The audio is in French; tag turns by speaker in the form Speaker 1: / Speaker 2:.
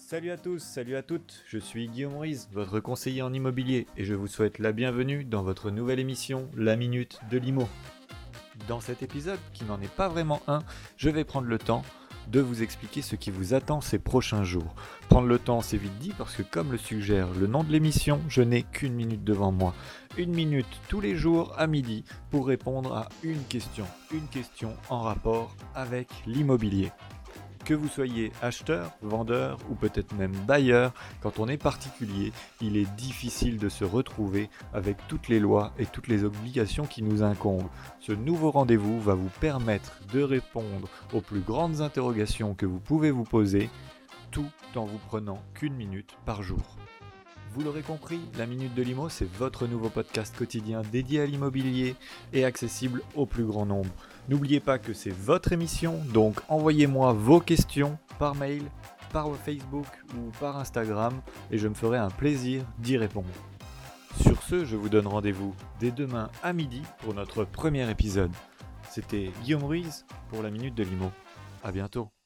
Speaker 1: Salut à tous, salut à toutes, je suis Guillaume Ruiz, votre conseiller en immobilier, et je vous souhaite la bienvenue dans votre nouvelle émission, La Minute de l'Immo. Dans cet épisode, qui n'en est pas vraiment un, je vais prendre le temps de vous expliquer ce qui vous attend ces prochains jours. Prendre le temps, c'est vite dit, parce que comme le suggère le nom de l'émission, je n'ai qu'une minute devant moi. Une minute tous les jours à midi pour répondre à une question en rapport avec l'immobilier. Que vous soyez acheteur, vendeur ou peut-être même bailleur, quand on est particulier, il est difficile de se retrouver avec toutes les lois et toutes les obligations qui nous incombent. Ce nouveau rendez-vous va vous permettre de répondre aux plus grandes interrogations que vous pouvez vous poser, tout en vous prenant qu'une minute par jour. Vous l'aurez compris, la Minute de l'Immo, c'est votre nouveau podcast quotidien dédié à l'immobilier et accessible au plus grand nombre. N'oubliez pas que c'est votre émission, donc envoyez-moi vos questions par mail, par Facebook ou par Instagram et je me ferai un plaisir d'y répondre. Sur ce, je vous donne rendez-vous dès demain à midi pour notre premier épisode. C'était Guillaume Ruiz pour la Minute de l'Immo. À bientôt.